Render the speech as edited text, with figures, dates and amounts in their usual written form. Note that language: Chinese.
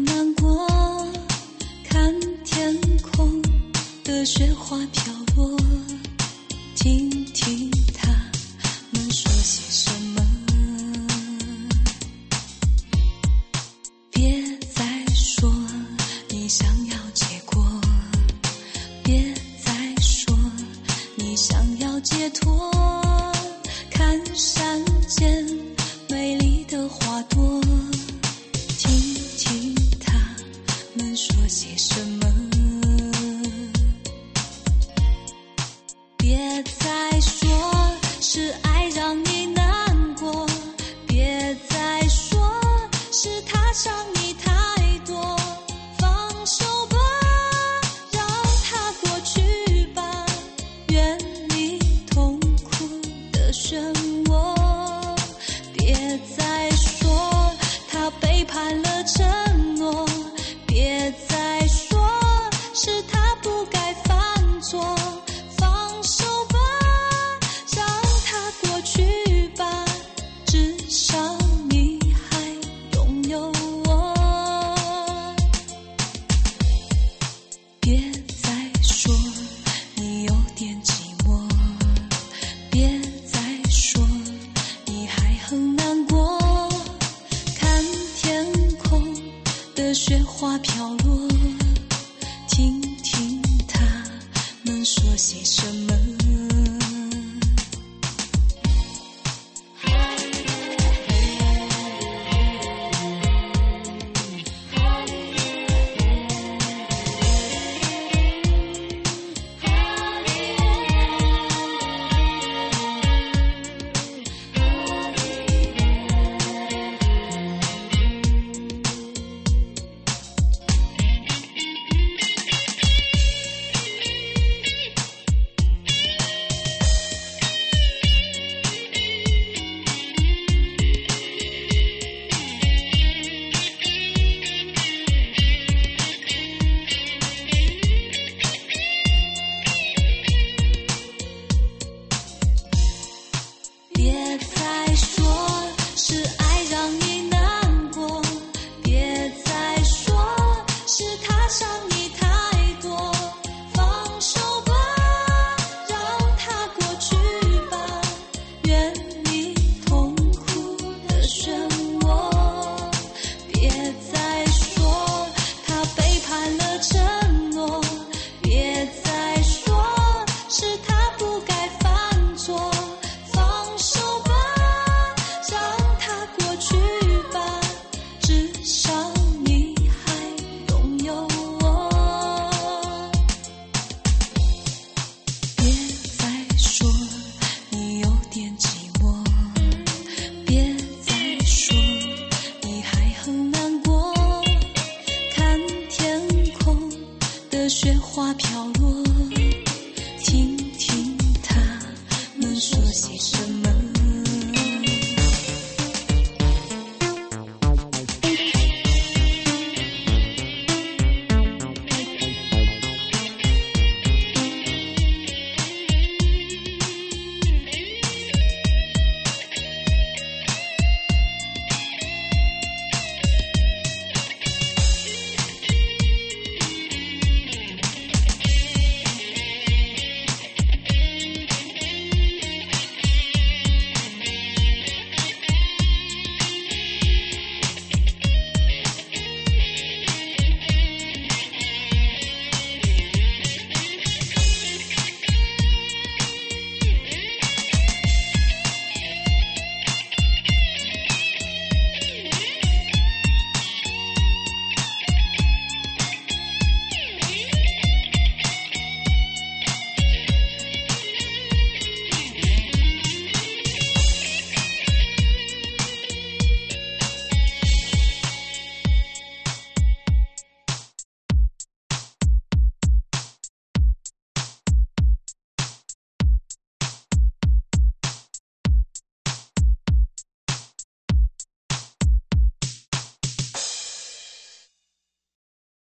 很难过，看天空的雪花飘落，听听他们说些什么。别再说你想要结果，别再说你想要解脱，看山间美丽的花朵，听听他们说些什么。别再说是爱让你难过，别再说是他伤你太多，放手吧，让它过去吧，远离痛苦的漩涡。别再说他背叛了承诺，别再说是他不该犯错，放手吧，让它过去吧，至少你还拥有我。别再说你有点寂寞，别再说你还很难过，看天空的雪花飘落，听听他们说些什么。别再说是爱让你难过，别再说是他伤你太多，放手吧，让它过去吧，远离痛苦的漩涡。别再说他背叛了承诺，别再说是他不该犯错，放手吧，让它过去吧，至少你还拥有我。别再说你有点寂寞，别再说你还很难过，看天空的雪花飘落，